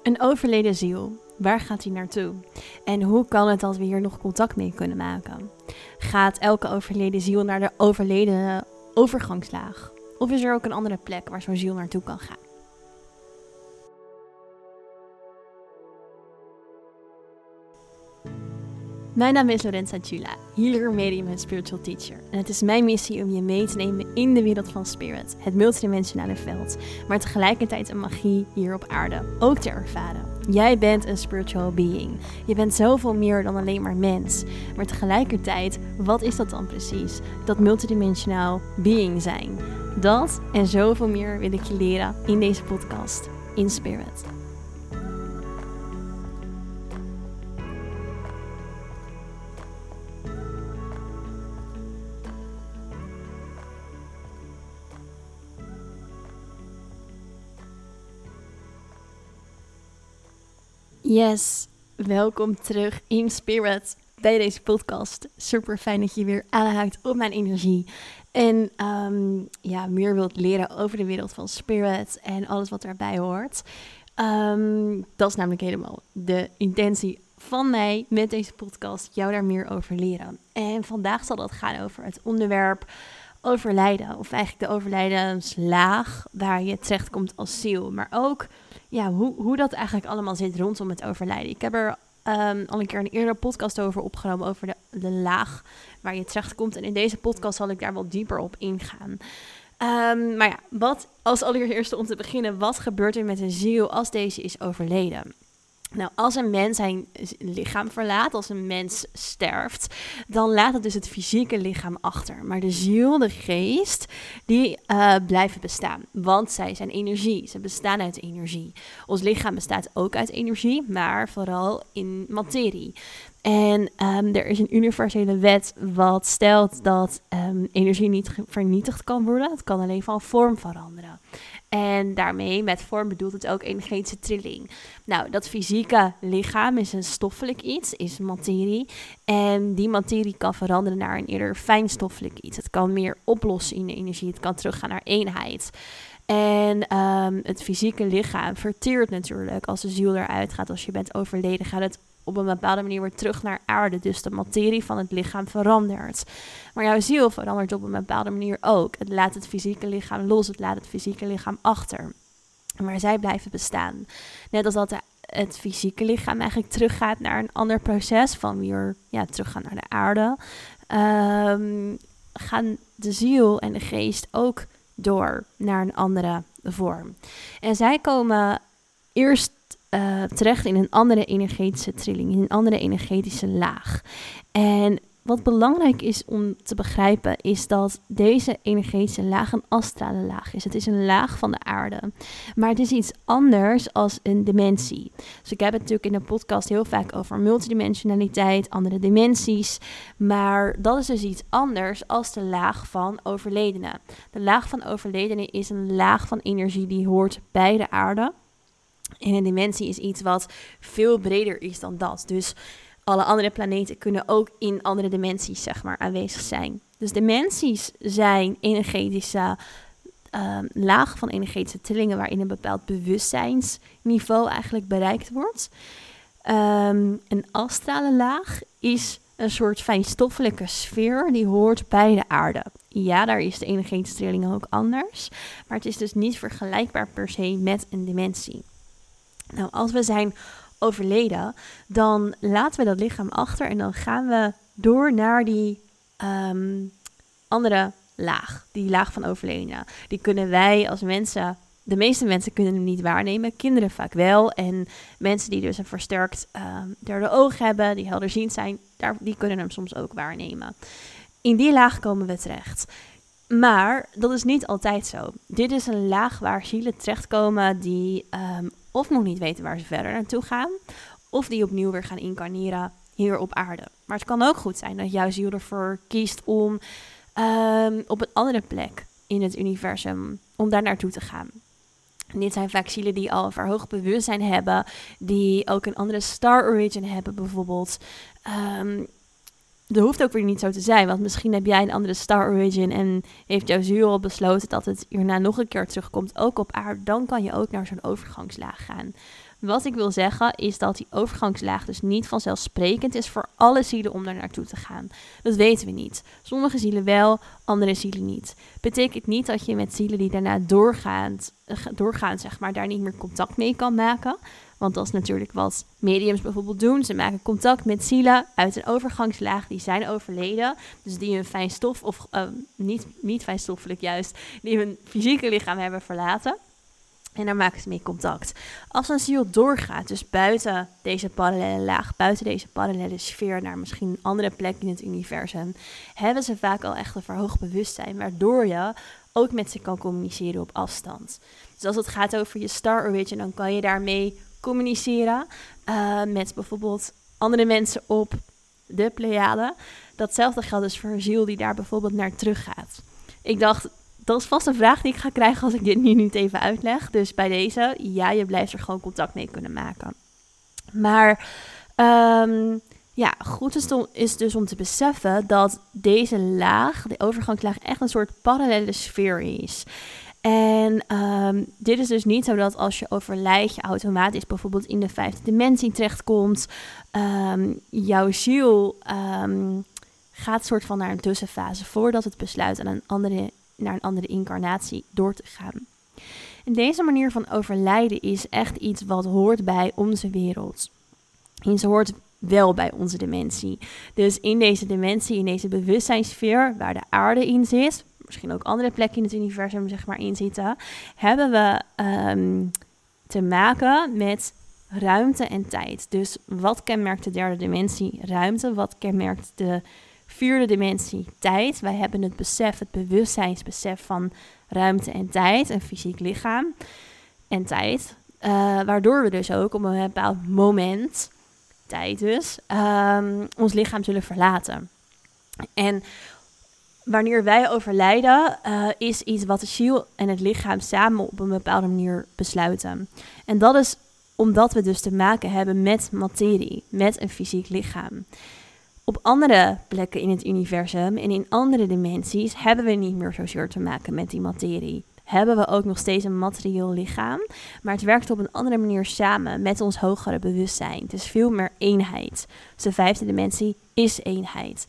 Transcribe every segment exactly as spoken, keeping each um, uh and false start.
Een overleden ziel, waar gaat die naartoe? En hoe kan het dat we hier nog contact mee kunnen maken? Gaat elke overleden ziel naar de overledene overgangslaag? Of is er ook een andere plek waar zo'n ziel naartoe kan gaan? Mijn naam is Lorenza Chula, healer, medium en spiritual teacher. En het is mijn missie om je mee te nemen in de wereld van spirit, het multidimensionale veld, maar tegelijkertijd een magie hier op aarde ook te ervaren. Jij bent een spiritual being. Je bent zoveel meer dan alleen maar mens. Maar tegelijkertijd, wat is dat dan precies? Dat multidimensionaal being zijn. Dat en zoveel meer wil ik je leren in deze podcast, in spirit. Yes, welkom terug in spirit bij deze podcast. Super fijn dat je weer aanhaakt op mijn energie. En um, ja, meer wilt leren over de wereld van spirit en alles wat daarbij hoort. Um, dat is namelijk helemaal de intentie van mij met deze podcast. Jou daar meer over leren. En vandaag zal dat gaan over het onderwerp overlijden. Of eigenlijk de overlijdenslaag waar je terecht komt als ziel. Maar ook ja, hoe, hoe dat eigenlijk allemaal zit rondom het overlijden. Ik heb er um, al een keer een eerdere podcast over opgenomen, over de, de laag waar je terecht komt. En in deze podcast zal ik daar wat dieper op ingaan. Um, maar ja, wat als allereerste om te beginnen, wat gebeurt er met een ziel als deze is overleden? Nou, als een mens zijn lichaam verlaat, als een mens sterft, dan laat het dus het fysieke lichaam achter. Maar de ziel, de geest, die uh, blijven bestaan, want zij zijn energie. Ze bestaan uit energie. Ons lichaam bestaat ook uit energie, maar vooral in materie. En um, er is een universele wet wat stelt dat um, energie niet ge- vernietigd kan worden. Het kan alleen van vorm veranderen. En daarmee, met vorm bedoelt het ook energetische trilling. Nou, dat fysieke lichaam is een stoffelijk iets, is materie. En die materie kan veranderen naar een eerder fijnstoffelijk iets. Het kan meer oplossen in de energie, het kan teruggaan naar eenheid. En um, het fysieke lichaam verteert natuurlijk als de ziel eruit gaat. Als je bent overleden, gaat het op een bepaalde manier weer terug naar aarde. Dus de materie van het lichaam verandert. Maar jouw ziel verandert op een bepaalde manier ook. Het laat het fysieke lichaam los. Het laat het fysieke lichaam achter. Maar zij blijven bestaan. Net als dat de, het fysieke lichaam eigenlijk teruggaat naar een ander proces. Van weer ja, teruggaan naar de aarde. Um, gaan de ziel en de geest ook door naar een andere vorm. En zij komen eerst Uh, terecht in een andere energetische trilling, in een andere energetische laag. En wat belangrijk is om te begrijpen, is dat deze energetische laag een astrale laag is. Het is een laag van de aarde. Maar het is iets anders als een dimensie. Dus ik heb het natuurlijk in de podcast heel vaak over multidimensionaliteit, andere dimensies. Maar dat is dus iets anders als de laag van overledenen. De laag van overledenen is een laag van energie die hoort bij de aarde. En een dimensie is iets wat veel breder is dan dat. Dus alle andere planeten kunnen ook in andere dimensies, zeg maar, aanwezig zijn. Dus dimensies zijn energetische uh, lagen van energetische trillingen waarin een bepaald bewustzijnsniveau eigenlijk bereikt wordt. Um, een astrale laag is een soort fijnstoffelijke sfeer die hoort bij de aarde. Ja, daar is de energetische trilling ook anders. Maar het is dus niet vergelijkbaar per se met een dimensie. Nou, als we zijn overleden, dan laten we dat lichaam achter en dan gaan we door naar die um, andere laag, die laag van overledenen. Die kunnen wij als mensen, de meeste mensen kunnen hem niet waarnemen, kinderen vaak wel. En mensen die dus een versterkt um, derde oog hebben, die helderziend zijn, daar, die kunnen hem soms ook waarnemen. In die laag komen we terecht. Maar dat is niet altijd zo. Dit is een laag waar zielen terechtkomen die um, of nog niet weten waar ze verder naartoe gaan, of die opnieuw weer gaan incarneren hier op aarde. Maar het kan ook goed zijn dat jouw ziel ervoor kiest om um, op een andere plek in het universum, om daar naartoe te gaan. En dit zijn vaak zielen die al een verhoogd bewustzijn hebben, die ook een andere star origin hebben bijvoorbeeld. Um, dat hoeft ook weer niet zo te zijn. Want misschien heb jij een andere star origin en heeft jouw ziel al besloten dat het hierna nog een keer terugkomt, ook op aarde. Dan kan je ook naar zo'n overgangslaag gaan. Wat ik wil zeggen is dat die overgangslaag dus niet vanzelfsprekend is voor alle zielen om daar naartoe te gaan. Dat weten we niet. Sommige zielen wel, andere zielen niet. Betekent niet dat je met zielen die daarna doorgaan, doorgaan zeg maar, daar niet meer contact mee kan maken. Want dat is natuurlijk wat mediums bijvoorbeeld doen. Ze maken contact met zielen uit een overgangslaag die zijn overleden. Dus die hun fijnstof, of uh, niet, niet fijnstoffelijk juist, die hun fysieke lichaam hebben verlaten. En daar maken ze mee contact. Als een ziel doorgaat, dus buiten deze parallele laag, buiten deze parallele sfeer, naar misschien een andere plek in het universum, hebben ze vaak al echt een verhoogd bewustzijn, waardoor je ook met ze kan communiceren op afstand. Dus als het gaat over je star origin, dan kan je daarmee communiceren uh, met bijvoorbeeld andere mensen op de Pleiade. Datzelfde geldt dus voor een ziel die daar bijvoorbeeld naar terug gaat. Ik dacht, dat is vast een vraag die ik ga krijgen als ik dit nu niet even uitleg. Dus bij deze, ja, je blijft er gewoon contact mee kunnen maken. Maar um, ja, goed is, om, is dus om te beseffen dat deze laag, de overgangslaag, echt een soort parallele sfeer is. En um, dit is dus niet zo dat als je overlijdt, je automatisch bijvoorbeeld in de vijfde dimensie terechtkomt. Um, jouw ziel um, gaat soort van naar een tussenfase voordat het besluit aan een andere, naar een andere incarnatie door te gaan. En deze manier van overlijden is echt iets wat hoort bij onze wereld. Iets hoort wel bij onze dimensie. Dus in deze dimensie, in deze bewustzijnssfeer waar de aarde in zit, misschien ook andere plekken in het universum zeg maar in zitten, hebben we um, te maken met ruimte en tijd. Dus wat kenmerkt de derde dimensie? Ruimte. Wat kenmerkt de vierde dimensie? Tijd. Wij hebben het besef, het bewustzijnsbesef van ruimte en tijd, een fysiek lichaam en tijd. Uh, waardoor we dus ook op een bepaald moment, tijd dus, um, ons lichaam zullen verlaten. En wanneer wij overlijden, uh, is iets wat de ziel en het lichaam samen op een bepaalde manier besluiten. En dat is omdat we dus te maken hebben met materie, met een fysiek lichaam. Op andere plekken in het universum en in andere dimensies hebben we niet meer zozeer te maken met die materie. Hebben we ook nog steeds een materieel lichaam, maar het werkt op een andere manier samen met ons hogere bewustzijn. Het is veel meer eenheid. Dus de vijfde dimensie is eenheid.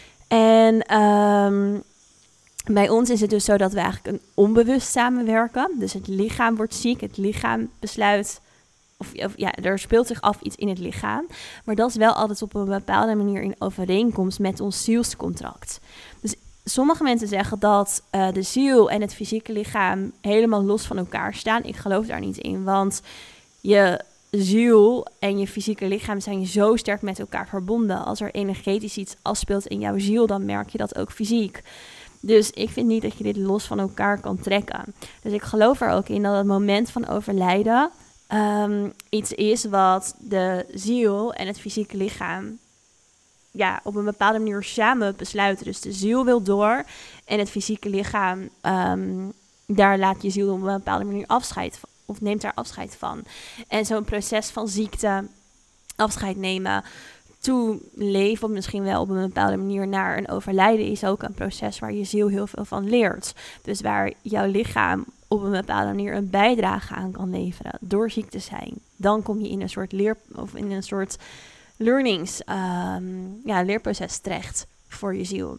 En um, bij ons is het dus zo dat we eigenlijk een onbewust samenwerken. Dus het lichaam wordt ziek, het lichaam besluit, of, of ja, er speelt zich af iets in het lichaam. Maar dat is wel altijd op een bepaalde manier in overeenkomst met ons zielscontract. Dus sommige mensen zeggen dat uh, de ziel en het fysieke lichaam helemaal los van elkaar staan. Ik geloof daar niet in, want je ziel en je fysieke lichaam zijn zo sterk met elkaar verbonden. Als er energetisch iets afspeelt in jouw ziel, dan merk je dat ook fysiek. Dus ik vind niet dat je dit los van elkaar kan trekken. Dus ik geloof er ook in dat het moment van overlijden um, iets is wat de ziel en het fysieke lichaam ja, op een bepaalde manier samen besluiten. Dus de ziel wil door en het fysieke lichaam, um, daar laat je ziel op een bepaalde manier afscheid van. Of neemt daar afscheid van. En zo'n proces van ziekte, afscheid nemen, toe leven, misschien wel op een bepaalde manier naar een overlijden, is ook een proces waar je ziel heel veel van leert. Dus waar jouw lichaam op een bepaalde manier een bijdrage aan kan leveren door ziek te zijn. Dan kom je in een soort leer of in een soort learnings, um, ja, leerproces terecht voor je ziel.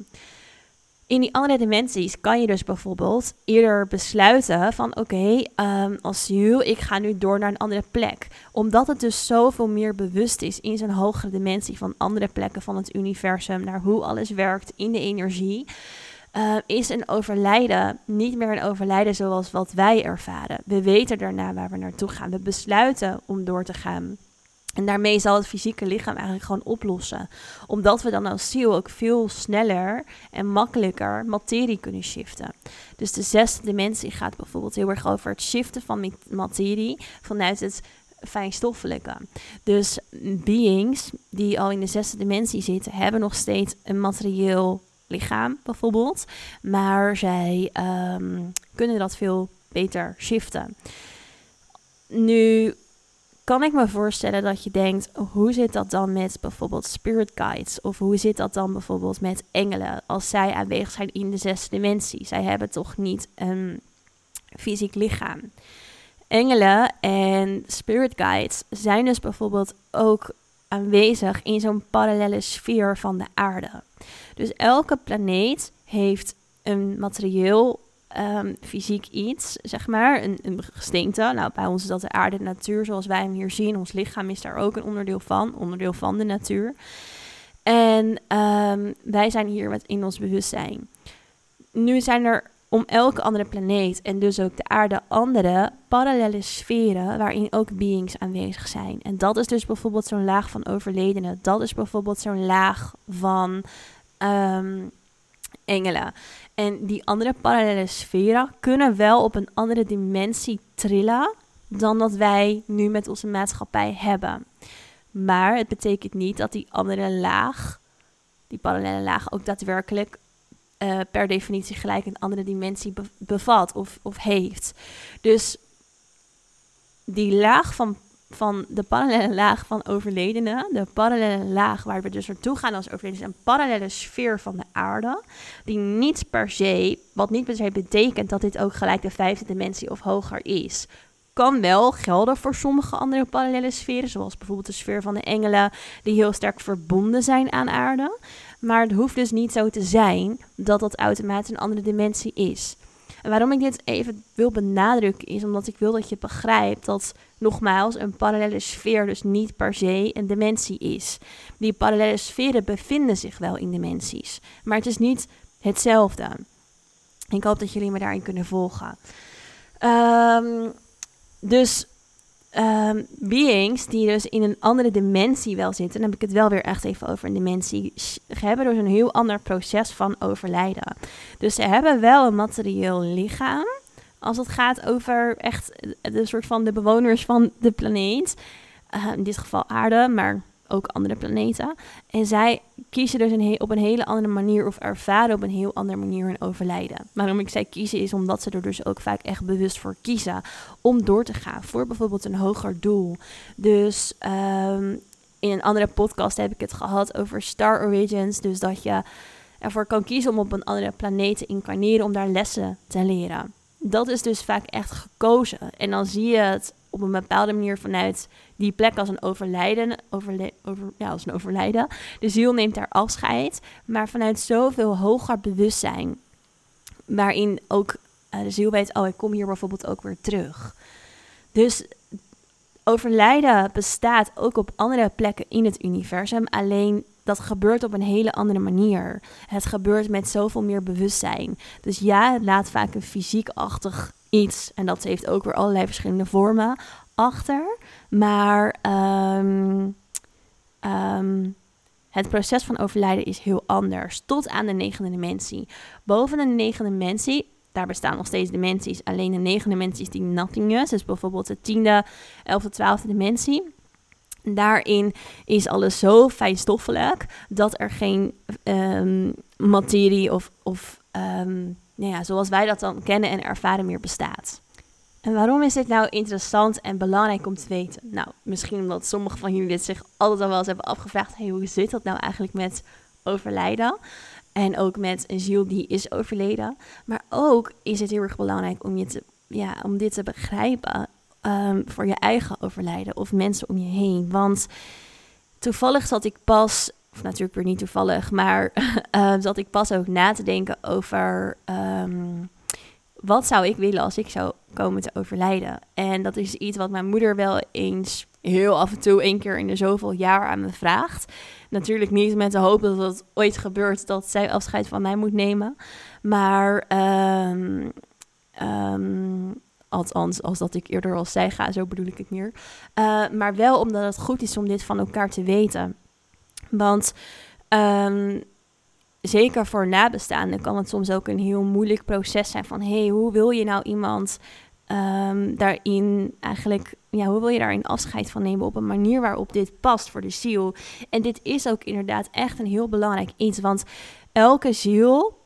In die andere dimensies kan je dus bijvoorbeeld eerder besluiten van oké, okay, um, als ziel, ik ga nu door naar een andere plek. Omdat het dus zoveel meer bewust is in zo'n hogere dimensie van andere plekken van het universum, naar hoe alles werkt in de energie, uh, is een overlijden niet meer een overlijden zoals wat wij ervaren. We weten daarna waar we naartoe gaan. We besluiten om door te gaan. En daarmee zal het fysieke lichaam eigenlijk gewoon oplossen. Omdat we dan als ziel ook veel sneller en makkelijker materie kunnen shiften. Dus de zesde dimensie gaat bijvoorbeeld heel erg over het shiften van materie vanuit het fijnstoffelijke. Dus beings die al in de zesde dimensie zitten, hebben nog steeds een materieel lichaam bijvoorbeeld. Maar zij um, kunnen dat veel beter shiften. Nu kan ik me voorstellen dat je denkt, hoe zit dat dan met bijvoorbeeld spirit guides? Of hoe zit dat dan bijvoorbeeld met engelen als zij aanwezig zijn in de zesde dimensie? Zij hebben toch niet een fysiek lichaam. Engelen en spirit guides zijn dus bijvoorbeeld ook aanwezig in zo'n parallele sfeer van de aarde. Dus elke planeet heeft een materieel Um, fysiek iets, zeg maar, een, een gesteente. Nou, bij ons is dat de aarde, de natuur, zoals wij hem hier zien. Ons lichaam is daar ook een onderdeel van, onderdeel van de natuur. En um, wij zijn hier met in ons bewustzijn. Nu zijn er om elke andere planeet en dus ook de aarde andere parallele sferen waarin ook beings aanwezig zijn. En dat is dus bijvoorbeeld zo'n laag van overledenen. Dat is bijvoorbeeld zo'n laag van um, engelen. En die andere parallele sferen kunnen wel op een andere dimensie trillen dan dat wij nu met onze maatschappij hebben. Maar het betekent niet dat die andere laag, die parallele laag, ook daadwerkelijk uh, per definitie gelijk een andere dimensie be- bevat of, of heeft. Dus die laag van, van de parallele laag van overledenen, de parallele laag waar we dus naartoe gaan als overledenen, is een parallele sfeer van de aarde, die niet per se, wat niet per se betekent dat dit ook gelijk de vijfde dimensie of hoger is. Kan wel gelden voor sommige andere parallele sferen, zoals bijvoorbeeld de sfeer van de engelen, die heel sterk verbonden zijn aan aarde. Maar het hoeft dus niet zo te zijn dat dat automatisch een andere dimensie is. En waarom ik dit even wil benadrukken is omdat ik wil dat je begrijpt dat, nogmaals, een parallele sfeer dus niet per se een dimensie is. Die parallele sferen bevinden zich wel in dimensies, maar het is niet hetzelfde. Ik hoop dat jullie me daarin kunnen volgen. Um, dus um, beings die dus in een andere dimensie wel zitten, dan heb ik het wel weer echt even over een dimensie, hebben dus een heel ander proces van overlijden. Dus ze hebben wel een materieel lichaam, als het gaat over echt de soort van de bewoners van de planeet. Uh, in dit geval aarde, maar ook andere planeten. En zij kiezen dus een he- op een hele andere manier of ervaren op een heel andere manier hun overlijden. Waarom ik zei kiezen is omdat ze er dus ook vaak echt bewust voor kiezen om door te gaan voor bijvoorbeeld een hoger doel. Dus um, in een andere podcast heb ik het gehad over Star Origins. Dus dat je ervoor kan kiezen om op een andere planeet te incarneren om daar lessen te leren. Dat is dus vaak echt gekozen. En dan zie je het op een bepaalde manier vanuit die plek als een overlijden, overle- over, ja, als een overlijden. De ziel neemt daar afscheid, maar vanuit zoveel hoger bewustzijn, waarin ook uh, de ziel weet, oh, ik kom hier bijvoorbeeld ook weer terug. Dus overlijden bestaat ook op andere plekken in het universum, alleen dat gebeurt op een hele andere manier. Het gebeurt met zoveel meer bewustzijn. Dus ja, het laat vaak een fysiekachtig iets, en dat heeft ook weer allerlei verschillende vormen, achter. Maar um, um, het proces van overlijden is heel anders, tot aan de negende dimensie. Boven de negende dimensie, daar bestaan nog steeds dimensies, alleen de negende dimensie is die nothingness, dus bijvoorbeeld de tiende, elfde, twaalfde dimensie. Daarin is alles zo fijnstoffelijk dat er geen um, materie of, of um, nou ja, zoals wij dat dan kennen en ervaren meer bestaat. En waarom is dit nou interessant en belangrijk om te weten? Nou, misschien omdat sommigen van jullie dit zich altijd al wel eens hebben afgevraagd. Hey, hoe zit dat nou eigenlijk met overlijden? En ook met een ziel die is overleden. Maar ook is het heel erg belangrijk om, je te, ja, om dit te begrijpen. Um, voor je eigen overlijden of mensen om je heen. Want toevallig zat ik pas, of natuurlijk weer niet toevallig, maar uh, zat ik pas ook na te denken over um, wat zou ik willen als ik zou komen te overlijden. En dat is iets wat mijn moeder wel eens heel af en toe, één keer in de zoveel jaar aan me vraagt. Natuurlijk niet met de hoop dat het ooit gebeurt dat zij afscheid van mij moet nemen. Maar um, um, althans, als dat ik eerder al zei ga, zo bedoel ik het meer. Uh, maar wel omdat het goed is om dit van elkaar te weten. Want um, zeker voor nabestaanden kan het soms ook een heel moeilijk proces zijn van, hé, hey, hoe wil je nou iemand um, daarin eigenlijk, ja, hoe wil je daarin afscheid van nemen op een manier waarop dit past voor de ziel? En dit is ook inderdaad echt een heel belangrijk iets, want elke ziel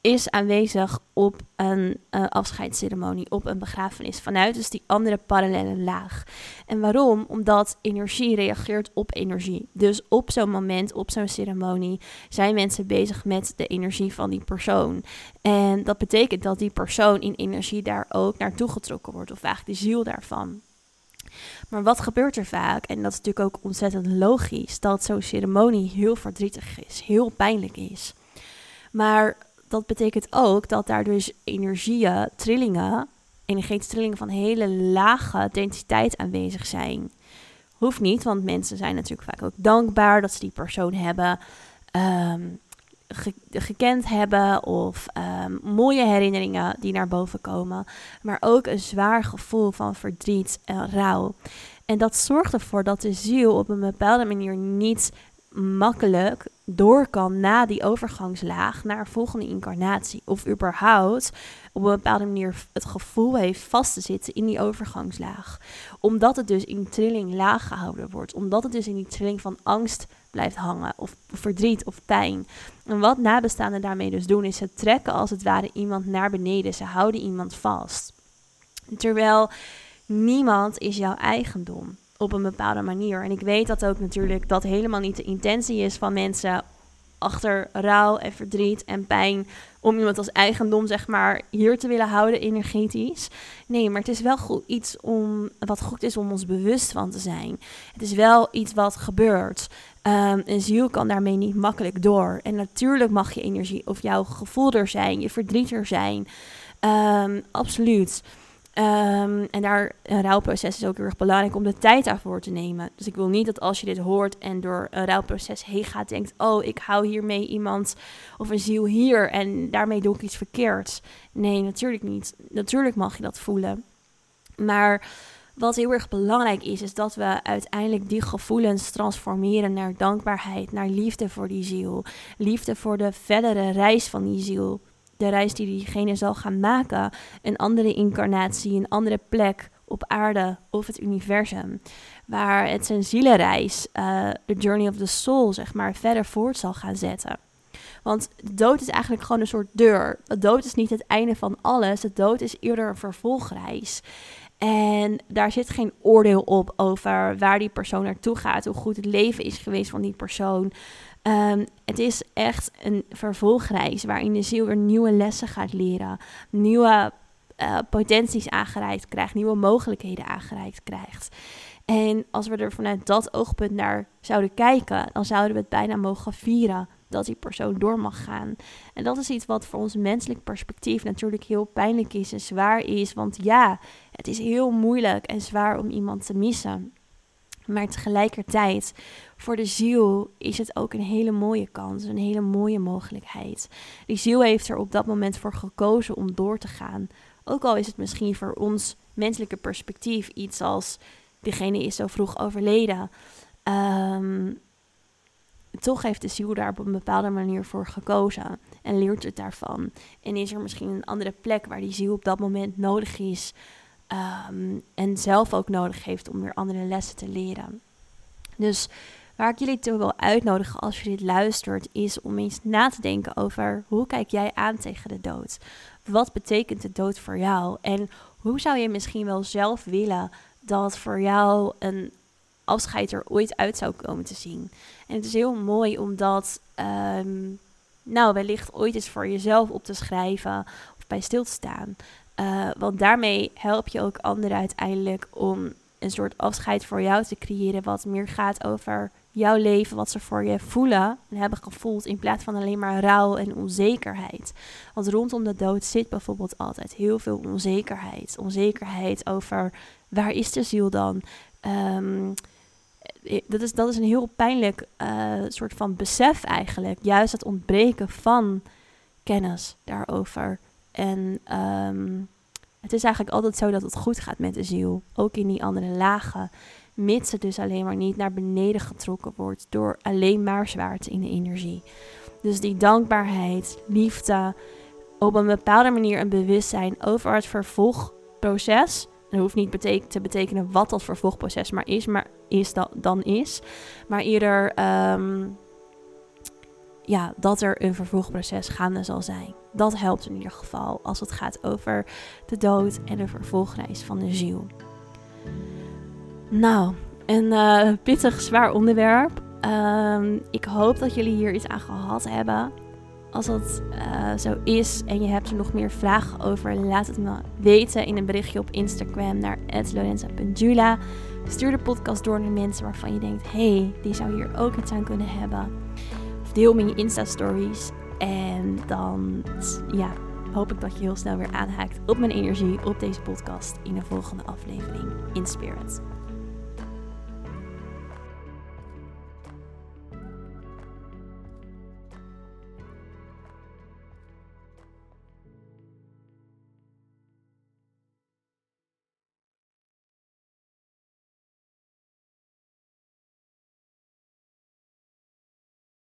is aanwezig op een uh, afscheidsceremonie, op een begrafenis, vanuit dus die andere parallele laag. En waarom? Omdat energie reageert op energie. Dus op zo'n moment, op zo'n ceremonie, zijn mensen bezig met de energie van die persoon. En dat betekent dat die persoon in energie daar ook naartoe getrokken wordt, of eigenlijk de ziel daarvan. Maar wat gebeurt er vaak? En dat is natuurlijk ook ontzettend logisch, dat zo'n ceremonie heel verdrietig is, heel pijnlijk is. Maar dat betekent ook dat daar dus energieën, trillingen, energetische trillingen van hele lage densiteit aanwezig zijn. Hoeft niet, want mensen zijn natuurlijk vaak ook dankbaar dat ze die persoon hebben, um, ge- gekend hebben of um, mooie herinneringen die naar boven komen. Maar ook een zwaar gevoel van verdriet en rouw. En dat zorgt ervoor dat de ziel op een bepaalde manier niet makkelijk door kan na die overgangslaag naar een volgende incarnatie. Of überhaupt op een bepaalde manier het gevoel heeft vast te zitten in die overgangslaag. Omdat het dus in trilling laag gehouden wordt. Omdat het dus in die trilling van angst blijft hangen. Of verdriet of pijn. En wat nabestaanden daarmee dus doen is ze trekken als het ware iemand naar beneden. Ze houden iemand vast. Terwijl niemand is jouw eigendom. Op een bepaalde manier. En ik weet dat ook natuurlijk dat helemaal niet de intentie is van mensen achter rouw en verdriet en pijn om iemand als eigendom, zeg maar, hier te willen houden energetisch. Nee, maar het is wel goed iets om, wat goed is om ons bewust van te zijn. Het is wel iets wat gebeurt. Um, een ziel kan daarmee niet makkelijk door. En natuurlijk mag je energie of jouw gevoel er zijn, je verdriet er zijn. Um, absoluut. Um, en daar een rouwproces is ook heel erg belangrijk om de tijd daarvoor te nemen. Dus ik wil niet dat als je dit hoort en door een rouwproces heen gaat, denkt, oh, ik hou hiermee iemand of een ziel hier en daarmee doe ik iets verkeerds. Nee, natuurlijk niet. Natuurlijk mag je dat voelen. Maar wat heel erg belangrijk is, is dat we uiteindelijk die gevoelens transformeren naar dankbaarheid, naar liefde voor die ziel. Liefde voor de verdere reis van die ziel. De reis die diegene zal gaan maken, een andere incarnatie, een andere plek op aarde of het universum. Waar het zijn zielenreis, uh, the journey of the soul, zeg maar, verder voort zal gaan zetten. Want de dood is eigenlijk gewoon een soort deur. De dood is niet het einde van alles. De dood is eerder een vervolgreis. En daar zit geen oordeel op over waar die persoon naartoe gaat, hoe goed het leven is geweest van die persoon. Um, het is echt een vervolgreis waarin de ziel weer nieuwe lessen gaat leren, nieuwe uh, potenties aangereikt krijgt, nieuwe mogelijkheden aangereikt krijgt. En als we er vanuit dat oogpunt naar zouden kijken, dan zouden we het bijna mogen vieren dat die persoon door mag gaan. En dat is iets wat voor ons menselijk perspectief natuurlijk heel pijnlijk is en zwaar is. Want ja, het is heel moeilijk en zwaar om iemand te missen. Maar tegelijkertijd, voor de ziel is het ook een hele mooie kans, een hele mooie mogelijkheid. Die ziel heeft er op dat moment voor gekozen om door te gaan. Ook al is het misschien voor ons menselijke perspectief iets als, diegene is zo vroeg overleden. Um, toch heeft de ziel daar op een bepaalde manier voor gekozen en leert het daarvan. En is er misschien een andere plek waar die ziel op dat moment nodig is. Um, en zelf ook nodig heeft om weer andere lessen te leren. Dus waar ik jullie toe wil uitnodigen als je dit luistert, is om eens na te denken over hoe kijk jij aan tegen de dood? Wat betekent de dood voor jou? En hoe zou je misschien wel zelf willen dat voor jou een afscheid er ooit uit zou komen te zien? En het is heel mooi om dat um, nou, wellicht ooit eens voor jezelf op te schrijven of bij stil te staan. Uh, want daarmee help je ook anderen uiteindelijk om een soort afscheid voor jou te creëren, wat meer gaat over jouw leven, wat ze voor je voelen en hebben gevoeld, in plaats van alleen maar rouw en onzekerheid. Want rondom de dood zit bijvoorbeeld altijd heel veel onzekerheid. Onzekerheid over waar is de ziel dan? Um, dat, is, dat is een heel pijnlijk uh, soort van besef eigenlijk. Juist het ontbreken van kennis daarover. En um, het is eigenlijk altijd zo dat het goed gaat met de ziel. Ook in die andere lagen. Mits het dus alleen maar niet naar beneden getrokken wordt door alleen maar zwaarte in de energie. Dus die dankbaarheid, liefde, op een bepaalde manier een bewustzijn over het vervolgproces. Het hoeft niet beteken, te betekenen wat dat vervolgproces maar is, maar is dat dan is. Maar eerder um, ja, dat er een vervolgproces gaande zal zijn. dat helpt in ieder geval als het gaat over de dood en de vervolgreis van de ziel. Nou, een uh, pittig, zwaar onderwerp. Um, ik hoop dat jullie hier iets aan gehad hebben. Als dat uh, zo is en je hebt er nog meer vragen over, laat het me weten in een berichtje op Instagram naar at lorenza punt jula. Stuur de podcast door naar mensen waarvan je denkt, hey, die zou hier ook iets aan kunnen hebben. Of deel me in je Insta-stories. En dan ja, hoop ik dat je heel snel weer aanhaakt op mijn energie op deze podcast in de volgende aflevering in Spirit.